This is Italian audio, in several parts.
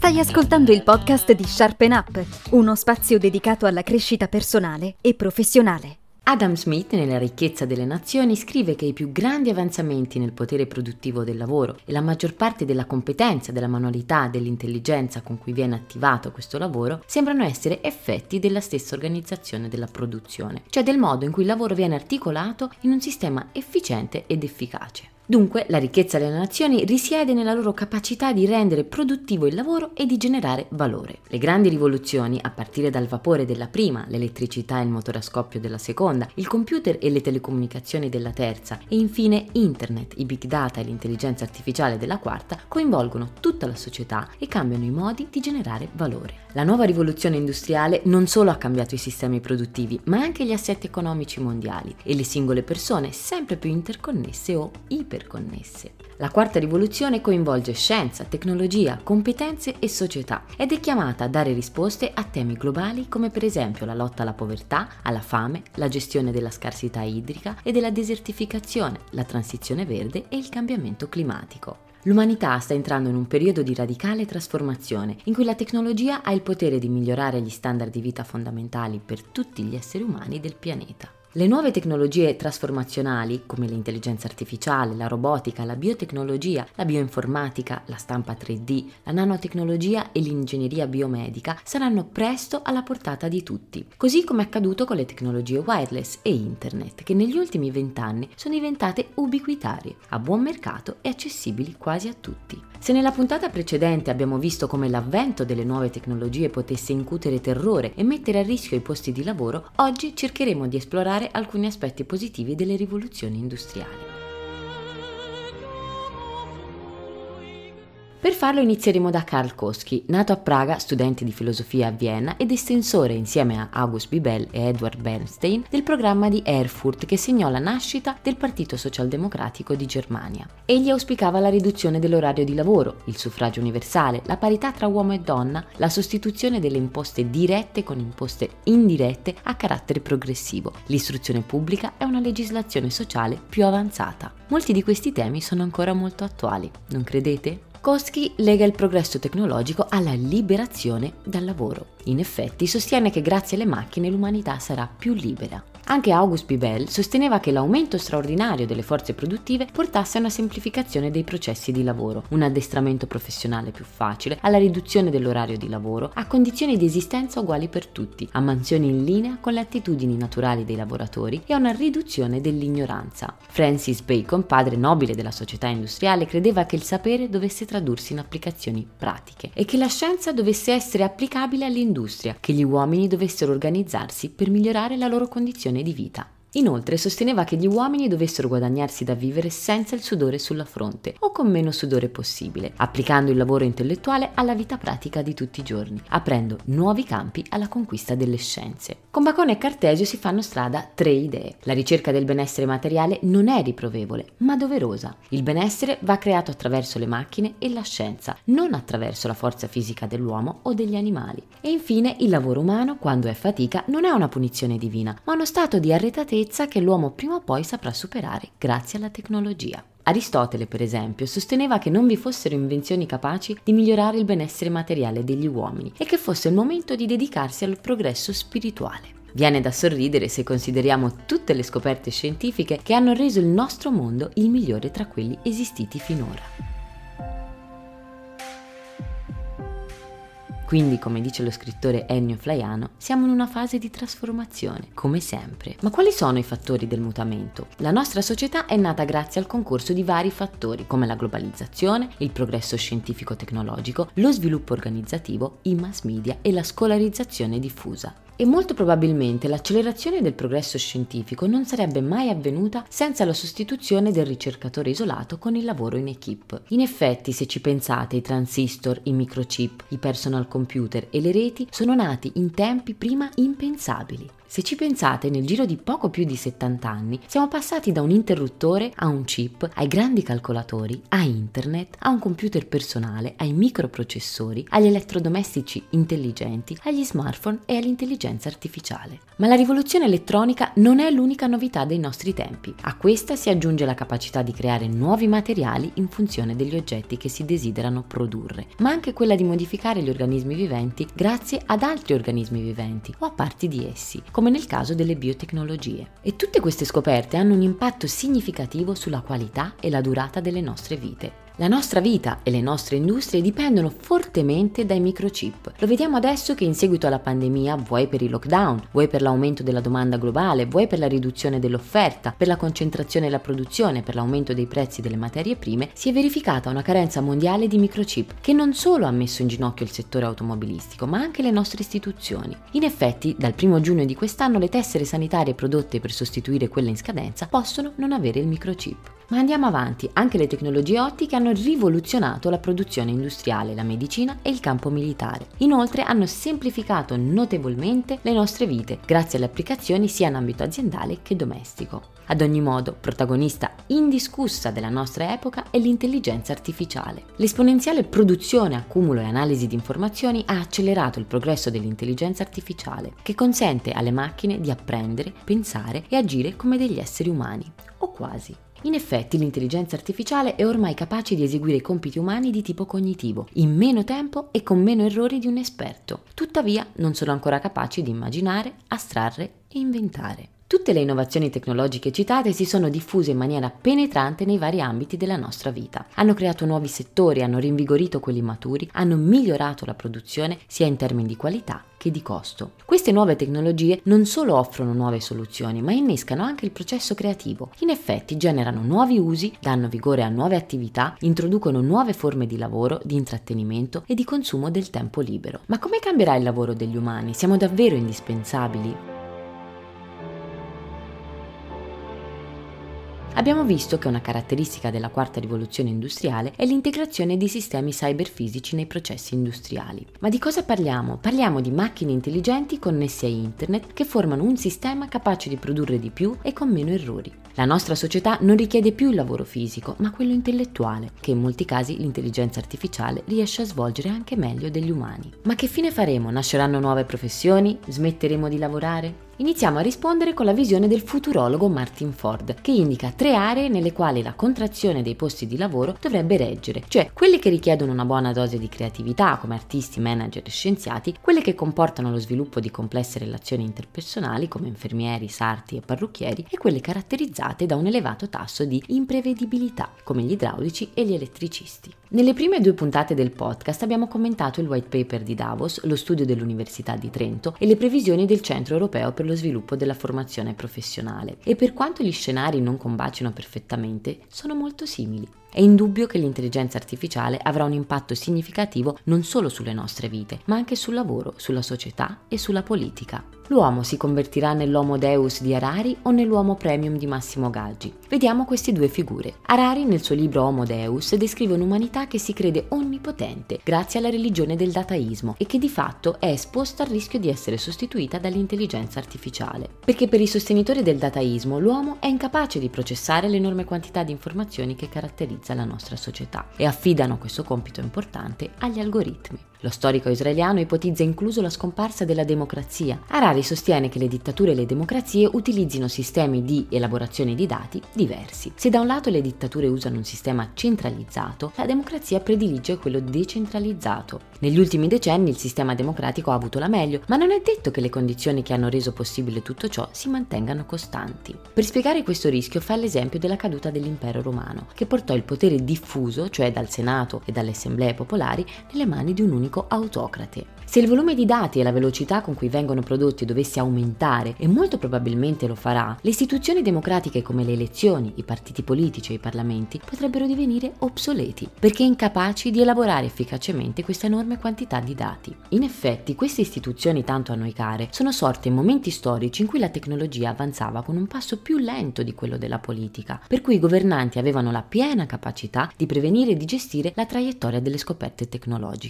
Stai ascoltando il podcast di Sharpen Up, uno spazio dedicato alla crescita personale e professionale. Adam Smith, nella Ricchezza delle Nazioni, scrive che i più grandi avanzamenti nel potere produttivo del lavoro e la maggior parte della competenza, della manualità, dell'intelligenza con cui viene attivato questo lavoro sembrano essere effetti della stessa organizzazione della produzione, cioè del modo in cui il lavoro viene articolato in un sistema efficiente ed efficace. Dunque, la ricchezza delle nazioni risiede nella loro capacità di rendere produttivo il lavoro e di generare valore. Le grandi rivoluzioni, a partire dal vapore della prima, l'elettricità e il motore a scoppio della seconda, il computer e le telecomunicazioni della terza e infine internet, i big data e l'intelligenza artificiale della quarta, coinvolgono tutta la società e cambiano i modi di generare valore. La nuova rivoluzione industriale non solo ha cambiato i sistemi produttivi, ma anche gli assetti economici mondiali e le singole persone sempre più interconnesse o iperconnesse. La quarta rivoluzione coinvolge scienza, tecnologia, competenze e società ed è chiamata a dare risposte a temi globali come per esempio la lotta alla povertà, alla fame, la gestione della scarsità idrica e della desertificazione, la transizione verde e il cambiamento climatico. L'umanità sta entrando in un periodo di radicale trasformazione in cui la tecnologia ha il potere di migliorare gli standard di vita fondamentali per tutti gli esseri umani del pianeta. Le nuove tecnologie trasformazionali, come l'intelligenza artificiale, la robotica, la biotecnologia, la bioinformatica, la stampa 3D, la nanotecnologia e l'ingegneria biomedica, saranno presto alla portata di tutti, così come è accaduto con le tecnologie wireless e internet, che negli ultimi 20 anni sono diventate ubiquitarie, a buon mercato e accessibili quasi a tutti. Se nella puntata precedente abbiamo visto come l'avvento delle nuove tecnologie potesse incutere terrore e mettere a rischio i posti di lavoro, oggi cercheremo di esplorare alcuni aspetti positivi delle rivoluzioni industriali. Per farlo inizieremo da Karl Kautsky, nato a Praga, studente di filosofia a Vienna ed estensore insieme a August Bebel e Edward Bernstein del programma di Erfurt che segnò la nascita del Partito Socialdemocratico di Germania. Egli auspicava la riduzione dell'orario di lavoro, il suffragio universale, la parità tra uomo e donna, la sostituzione delle imposte dirette con imposte indirette a carattere progressivo, l'istruzione pubblica e una legislazione sociale più avanzata. Molti di questi temi sono ancora molto attuali, non credete? Kautsky lega il progresso tecnologico alla liberazione dal lavoro. In effetti, sostiene che grazie alle macchine l'umanità sarà più libera. Anche August Bebel sosteneva che l'aumento straordinario delle forze produttive portasse a una semplificazione dei processi di lavoro, un addestramento professionale più facile, alla riduzione dell'orario di lavoro, a condizioni di esistenza uguali per tutti, a mansioni in linea con le attitudini naturali dei lavoratori e a una riduzione dell'ignoranza. Francis Bacon, padre nobile della società industriale, credeva che il sapere dovesse tradursi in applicazioni pratiche e che la scienza dovesse essere applicabile all'industria, che gli uomini dovessero organizzarsi per migliorare la loro condizione di vita. Inoltre sosteneva che gli uomini dovessero guadagnarsi da vivere senza il sudore sulla fronte o con meno sudore possibile, applicando il lavoro intellettuale alla vita pratica di tutti i giorni, aprendo nuovi campi alla conquista delle scienze. Con Bacone e Cartesio si fanno strada 3 idee. La ricerca del benessere materiale non è riprovevole, ma doverosa. Il benessere va creato attraverso le macchine e la scienza, non attraverso la forza fisica dell'uomo o degli animali. E infine il lavoro umano, quando è fatica, non è una punizione divina, ma uno stato di arretratezza che l'uomo prima o poi saprà superare grazie alla tecnologia. Aristotele, per esempio, sosteneva che non vi fossero invenzioni capaci di migliorare il benessere materiale degli uomini e che fosse il momento di dedicarsi al progresso spirituale. Viene da sorridere se consideriamo tutte le scoperte scientifiche che hanno reso il nostro mondo il migliore tra quelli esistiti finora. Quindi, come dice lo scrittore Ennio Flaiano, siamo in una fase di trasformazione, come sempre. Ma quali sono i fattori del mutamento? La nostra società è nata grazie al concorso di vari fattori, come la globalizzazione, il progresso scientifico-tecnologico, lo sviluppo organizzativo, i mass media e la scolarizzazione diffusa. E molto probabilmente l'accelerazione del progresso scientifico non sarebbe mai avvenuta senza la sostituzione del ricercatore isolato con il lavoro in equipe. In effetti, se ci pensate, i transistor, i microchip, i personal computer e le reti sono nati in tempi prima impensabili. Se ci pensate, nel giro di poco più di 70 anni siamo passati da un interruttore a un chip, ai grandi calcolatori, a internet, a un computer personale, ai microprocessori, agli elettrodomestici intelligenti, agli smartphone e all'intelligenza artificiale. Ma la rivoluzione elettronica non è l'unica novità dei nostri tempi. A questa si aggiunge la capacità di creare nuovi materiali in funzione degli oggetti che si desiderano produrre, ma anche quella di modificare gli organismi viventi grazie ad altri organismi viventi o a parti di essi, come nel caso delle biotecnologie. E tutte queste scoperte hanno un impatto significativo sulla qualità e la durata delle nostre vite. La nostra vita e le nostre industrie dipendono fortemente dai microchip. Lo vediamo adesso che in seguito alla pandemia, vuoi per i lockdown, vuoi per l'aumento della domanda globale, vuoi per la riduzione dell'offerta, per la concentrazione della produzione, per l'aumento dei prezzi delle materie prime, si è verificata una carenza mondiale di microchip che non solo ha messo in ginocchio il settore automobilistico, ma anche le nostre istituzioni. In effetti, dal 1 giugno di quest'anno le tessere sanitarie prodotte per sostituire quelle in scadenza possono non avere il microchip. Ma andiamo avanti, anche le tecnologie ottiche hanno rivoluzionato la produzione industriale, la medicina e il campo militare. Inoltre hanno semplificato notevolmente le nostre vite, grazie alle applicazioni sia in ambito aziendale che domestico. Ad ogni modo, protagonista indiscussa della nostra epoca è l'intelligenza artificiale. L'esponenziale produzione, accumulo e analisi di informazioni ha accelerato il progresso dell'intelligenza artificiale, che consente alle macchine di apprendere, pensare e agire come degli esseri umani, o quasi. In effetti, l'intelligenza artificiale è ormai capace di eseguire i compiti umani di tipo cognitivo, in meno tempo e con meno errori di un esperto. Tuttavia, non sono ancora capaci di immaginare, astrarre e inventare. Tutte le innovazioni tecnologiche citate si sono diffuse in maniera penetrante nei vari ambiti della nostra vita. Hanno creato nuovi settori, hanno rinvigorito quelli maturi, hanno migliorato la produzione sia in termini di qualità che di costo. Queste nuove tecnologie non solo offrono nuove soluzioni, ma innescano anche il processo creativo. In effetti generano nuovi usi, danno vigore a nuove attività, introducono nuove forme di lavoro, di intrattenimento e di consumo del tempo libero. Ma come cambierà il lavoro degli umani? Siamo davvero indispensabili? Abbiamo visto che una caratteristica della quarta rivoluzione industriale è l'integrazione di sistemi cyberfisici nei processi industriali. Ma di cosa parliamo? Parliamo di macchine intelligenti connesse a internet che formano un sistema capace di produrre di più e con meno errori. La nostra società non richiede più il lavoro fisico, ma quello intellettuale, che in molti casi l'intelligenza artificiale riesce a svolgere anche meglio degli umani. Ma che fine faremo? Nasceranno nuove professioni? Smetteremo di lavorare? Iniziamo a rispondere con la visione del futurologo Martin Ford, che indica 3 aree nelle quali la contrazione dei posti di lavoro dovrebbe reggere, cioè quelle che richiedono una buona dose di creatività, come artisti, manager e scienziati, quelle che comportano lo sviluppo di complesse relazioni interpersonali, come infermieri, sarti e parrucchieri, e quelle caratterizzate da un elevato tasso di imprevedibilità, come gli idraulici e gli elettricisti. Nelle prime 2 puntate del podcast abbiamo commentato il white paper di Davos, lo studio dell'Università di Trento e le previsioni del Centro Europeo per lo sviluppo della formazione professionale. E per quanto gli scenari non combaciano perfettamente, sono molto simili. È indubbio che l'intelligenza artificiale avrà un impatto significativo non solo sulle nostre vite, ma anche sul lavoro, sulla società e sulla politica. L'uomo si convertirà nell'Homo Deus di Harari o nell'Uomo Premium di Massimo Galgi? Vediamo queste 2 figure. Harari, nel suo libro Homo Deus, descrive un'umanità che si crede onnipotente grazie alla religione del dataismo e che di fatto è esposta al rischio di essere sostituita dall'intelligenza artificiale. Perché per i sostenitori del dataismo l'uomo è incapace di processare l'enorme quantità di informazioni che caratterizza la nostra società e affidano questo compito importante agli algoritmi. Lo storico israeliano ipotizza incluso la scomparsa della democrazia. Harari sostiene che le dittature e le democrazie utilizzino sistemi di elaborazione di dati diversi. Se da un lato le dittature usano un sistema centralizzato, la democrazia predilige quello decentralizzato. Negli ultimi decenni il sistema democratico ha avuto la meglio, ma non è detto che le condizioni che hanno reso possibile tutto ciò si mantengano costanti. Per spiegare questo rischio fa l'esempio della caduta dell'impero romano, che portò il potere diffuso, cioè dal Senato e dalle assemblee popolari, nelle mani di un unico autocrate. Se il volume di dati e la velocità con cui vengono prodotti dovesse aumentare, e molto probabilmente lo farà, le istituzioni democratiche come le elezioni, i partiti politici e i parlamenti potrebbero divenire obsoleti, perché incapaci di elaborare efficacemente questa enorme quantità di dati. In effetti, queste istituzioni tanto a noi care sono sorte in momenti storici in cui la tecnologia avanzava con un passo più lento di quello della politica, per cui i governanti avevano la piena capacità di prevenire e di gestire la traiettoria delle scoperte tecnologiche. Questa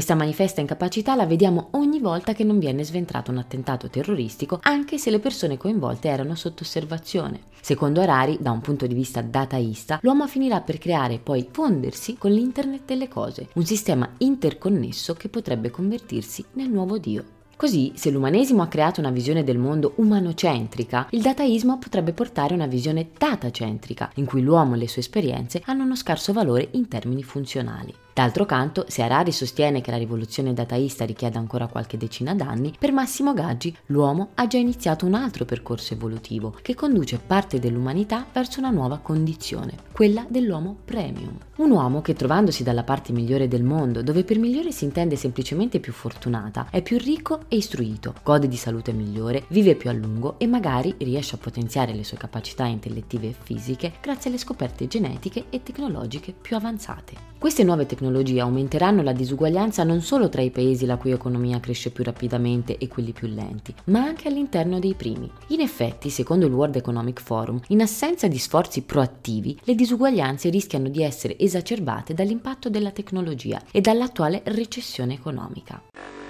Questa manifesta incapacità la vediamo ogni volta che non viene sventrato un attentato terroristico, anche se le persone coinvolte erano sotto osservazione. Secondo Harari, da un punto di vista dataista, l'uomo finirà per creare e poi fondersi con l'internet delle cose, un sistema interconnesso che potrebbe convertirsi nel nuovo Dio. Così, se l'umanesimo ha creato una visione del mondo umanocentrica, il dataismo potrebbe portare una visione datacentrica, in cui l'uomo e le sue esperienze hanno uno scarso valore in termini funzionali. D'altro canto, se Harari sostiene che la rivoluzione dataista richiede ancora qualche decina d'anni, per Massimo Gaggi l'uomo ha già iniziato un altro percorso evolutivo che conduce parte dell'umanità verso una nuova condizione, quella dell'uomo premium. Un uomo che, trovandosi dalla parte migliore del mondo, dove per migliore si intende semplicemente più fortunata, è più ricco e istruito, gode di salute migliore, vive più a lungo e magari riesce a potenziare le sue capacità intellettive e fisiche grazie alle scoperte genetiche e tecnologiche più avanzate. Queste nuove tecnologie aumenteranno la disuguaglianza non solo tra i paesi la cui economia cresce più rapidamente e quelli più lenti, ma anche all'interno dei primi. In effetti, secondo il World Economic Forum, in assenza di sforzi proattivi, le disuguaglianze rischiano di essere esacerbate dall'impatto della tecnologia e dall'attuale recessione economica.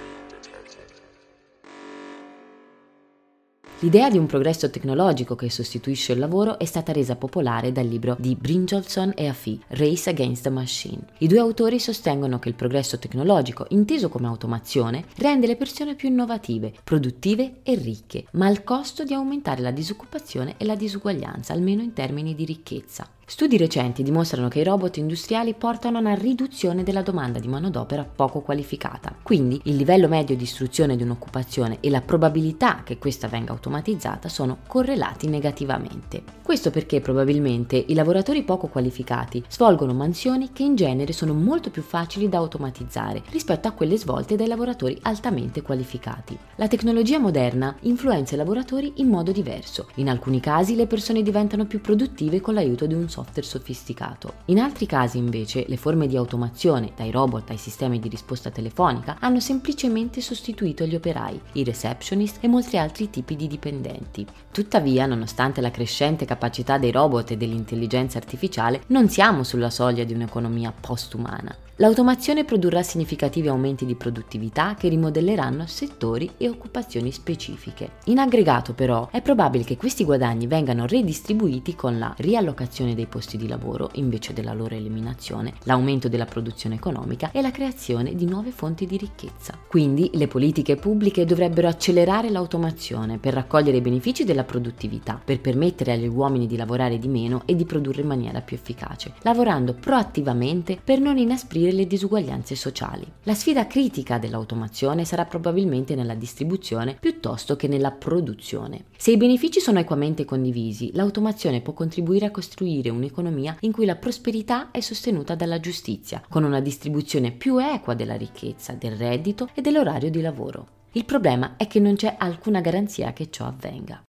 L'idea di un progresso tecnologico che sostituisce il lavoro è stata resa popolare dal libro di Brynjolfsson e Affie, Race Against the Machine. I due autori sostengono che il progresso tecnologico, inteso come automazione, rende le persone più innovative, produttive e ricche, ma al costo di aumentare la disoccupazione e la disuguaglianza, almeno in termini di ricchezza. Studi recenti dimostrano che i robot industriali portano a una riduzione della domanda di manodopera poco qualificata. Quindi il livello medio di istruzione di un'occupazione e la probabilità che questa venga automatizzata sono correlati negativamente. Questo perché probabilmente i lavoratori poco qualificati svolgono mansioni che in genere sono molto più facili da automatizzare rispetto a quelle svolte dai lavoratori altamente qualificati. La tecnologia moderna influenza i lavoratori in modo diverso. In alcuni casi le persone diventano più produttive con l'aiuto di un software sofisticato. In altri casi invece le forme di automazione, dai robot ai sistemi di risposta telefonica, hanno semplicemente sostituito gli operai, i receptionist e molti altri tipi di dipendenti. Tuttavia, nonostante la crescente capacità dei robot e dell'intelligenza artificiale, non siamo sulla soglia di un'economia postumana. L'automazione produrrà significativi aumenti di produttività che rimodelleranno settori e occupazioni specifiche. In aggregato però è probabile che questi guadagni vengano redistribuiti con la riallocazione dei posti di lavoro invece della loro eliminazione, l'aumento della produzione economica e la creazione di nuove fonti di ricchezza. Quindi le politiche pubbliche dovrebbero accelerare l'automazione per raccogliere i benefici della produttività, per permettere agli uomini di lavorare di meno e di produrre in maniera più efficace, lavorando proattivamente per non inasprire le disuguaglianze sociali. La sfida critica dell'automazione sarà probabilmente nella distribuzione piuttosto che nella produzione. Se i benefici sono equamente condivisi, l'automazione può contribuire a costruire un'economia in cui la prosperità è sostenuta dalla giustizia, con una distribuzione più equa della ricchezza, del reddito e dell'orario di lavoro. Il problema è che non c'è alcuna garanzia che ciò avvenga.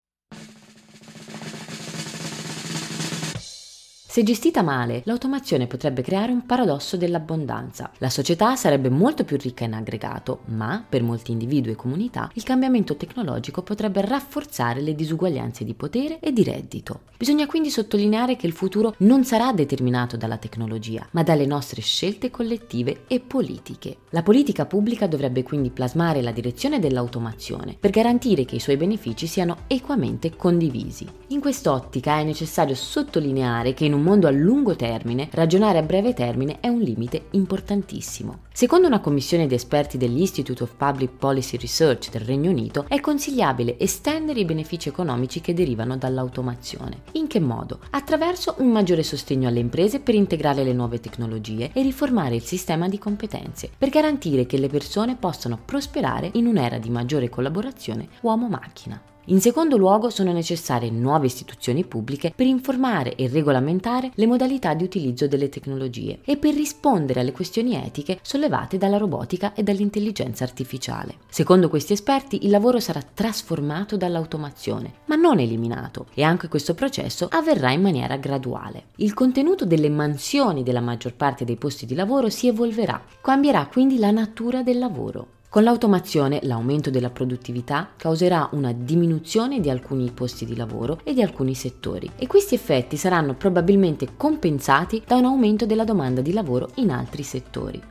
Se gestita male, l'automazione potrebbe creare un paradosso dell'abbondanza. La società sarebbe molto più ricca in aggregato, ma per molti individui e comunità il cambiamento tecnologico potrebbe rafforzare le disuguaglianze di potere e di reddito. Bisogna quindi sottolineare che il futuro non sarà determinato dalla tecnologia, ma dalle nostre scelte collettive e politiche. La politica pubblica dovrebbe quindi plasmare la direzione dell'automazione per garantire che i suoi benefici siano equamente condivisi. In quest'ottica è necessario sottolineare che in un mondo a lungo termine, ragionare a breve termine è un limite importantissimo. Secondo una commissione di esperti dell'Institute of Public Policy Research del Regno Unito, è consigliabile estendere i benefici economici che derivano dall'automazione. In che modo? Attraverso un maggiore sostegno alle imprese per integrare le nuove tecnologie e riformare il sistema di competenze, per garantire che le persone possano prosperare in un'era di maggiore collaborazione uomo-macchina. In secondo luogo sono necessarie nuove istituzioni pubbliche per informare e regolamentare le modalità di utilizzo delle tecnologie e per rispondere alle questioni etiche sollevate dalla robotica e dall'intelligenza artificiale. Secondo questi esperti il lavoro sarà trasformato dall'automazione, ma non eliminato, e anche questo processo avverrà in maniera graduale. Il contenuto delle mansioni della maggior parte dei posti di lavoro si evolverà, cambierà quindi la natura del lavoro. Con l'automazione, l'aumento della produttività causerà una diminuzione di alcuni posti di lavoro e di alcuni settori, e questi effetti saranno probabilmente compensati da un aumento della domanda di lavoro in altri settori.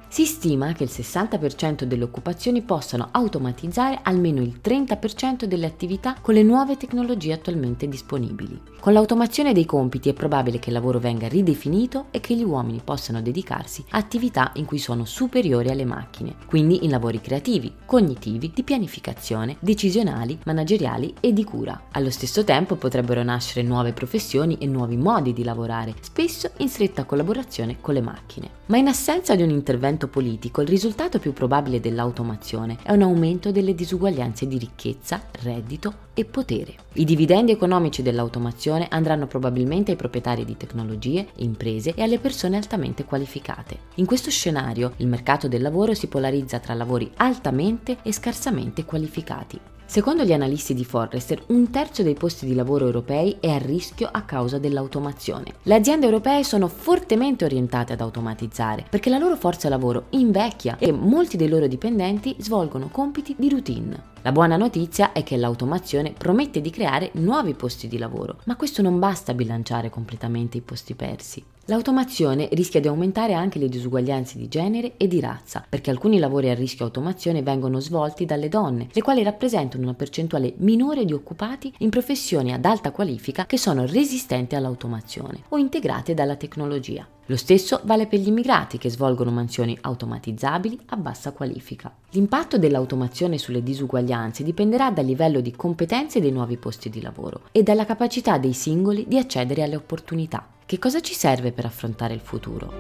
Si stima che il 60% delle occupazioni possano automatizzare almeno il 30% delle attività con le nuove tecnologie attualmente disponibili. Con l'automazione dei compiti è probabile che il lavoro venga ridefinito e che gli uomini possano dedicarsi a attività in cui sono superiori alle macchine, quindi in lavori creativi, cognitivi, di pianificazione, decisionali, manageriali e di cura. Allo stesso tempo potrebbero nascere nuove professioni e nuovi modi di lavorare, spesso in stretta collaborazione con le macchine. Ma in assenza di un intervento politico, il risultato più probabile dell'automazione è un aumento delle disuguaglianze di ricchezza, reddito e potere. I dividendi economici dell'automazione andranno probabilmente ai proprietari di tecnologie, imprese e alle persone altamente qualificate. In questo scenario, il mercato del lavoro si polarizza tra lavori altamente e scarsamente qualificati. Secondo gli analisti di Forrester, 1/3 dei posti di lavoro europei è a rischio a causa dell'automazione. Le aziende europee sono fortemente orientate ad automatizzare perché la loro forza lavoro invecchia e molti dei loro dipendenti svolgono compiti di routine. La buona notizia è che l'automazione promette di creare nuovi posti di lavoro, ma questo non basta a bilanciare completamente i posti persi. L'automazione rischia di aumentare anche le disuguaglianze di genere e di razza, perché alcuni lavori a rischio automazione vengono svolti dalle donne, le quali rappresentano una percentuale minore di occupati in professioni ad alta qualifica che sono resistenti all'automazione o integrate dalla tecnologia. Lo stesso vale per gli immigrati che svolgono mansioni automatizzabili a bassa qualifica. L'impatto dell'automazione sulle disuguaglianze dipenderà dal livello di competenze dei nuovi posti di lavoro e dalla capacità dei singoli di accedere alle opportunità. Che cosa ci serve per affrontare il futuro?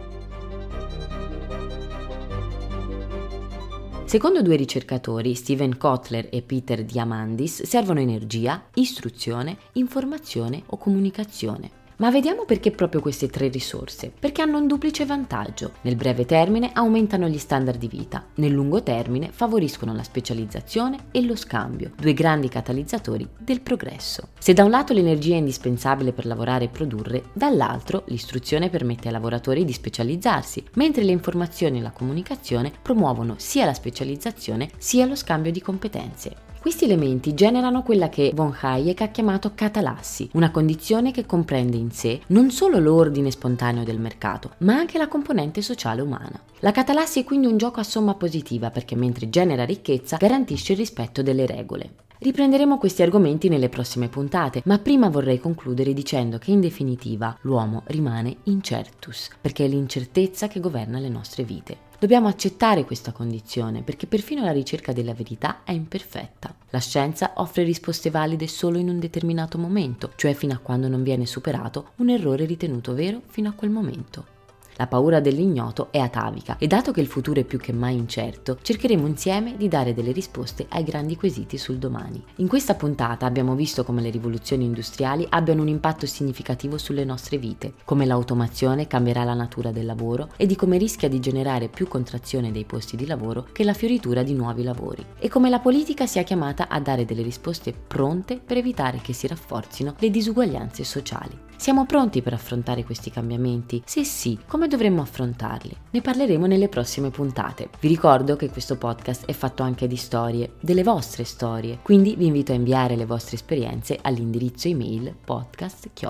Secondo 2 ricercatori, Steven Kotler e Peter Diamandis, servono energia, istruzione, informazione o comunicazione. Ma vediamo perché proprio queste 3 risorse, perché hanno un duplice vantaggio. Nel breve termine aumentano gli standard di vita, nel lungo termine favoriscono la specializzazione e lo scambio, 2 grandi catalizzatori del progresso. Se da un lato l'energia è indispensabile per lavorare e produrre, dall'altro l'istruzione permette ai lavoratori di specializzarsi, mentre le informazioni e la comunicazione promuovono sia la specializzazione sia lo scambio di competenze. Questi elementi generano quella che von Hayek ha chiamato catalassi, una condizione che comprende in sé non solo l'ordine spontaneo del mercato, ma anche la componente sociale umana. La catalassi è quindi un gioco a somma positiva perché mentre genera ricchezza garantisce il rispetto delle regole. Riprenderemo questi argomenti nelle prossime puntate, ma prima vorrei concludere dicendo che in definitiva l'uomo rimane incertus, perché è l'incertezza che governa le nostre vite. Dobbiamo accettare questa condizione perché perfino la ricerca della verità è imperfetta. La scienza offre risposte valide solo in un determinato momento, cioè fino a quando non viene superato un errore ritenuto vero fino a quel momento. La paura dell'ignoto è atavica e dato che il futuro è più che mai incerto, cercheremo insieme di dare delle risposte ai grandi quesiti sul domani. In questa puntata abbiamo visto come le rivoluzioni industriali abbiano un impatto significativo sulle nostre vite, come l'automazione cambierà la natura del lavoro e di come rischia di generare più contrazione dei posti di lavoro che la fioritura di nuovi lavori, e come la politica sia chiamata a dare delle risposte pronte per evitare che si rafforzino le disuguaglianze sociali. Siamo pronti per affrontare questi cambiamenti? Se sì, come dovremmo affrontarli? Ne parleremo nelle prossime puntate. Vi ricordo che questo podcast è fatto anche di storie, delle vostre storie, quindi vi invito a inviare le vostre esperienze all'indirizzo email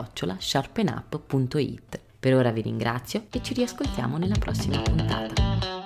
podcast@sharpenup.it. Per ora vi ringrazio e ci riascoltiamo nella prossima puntata.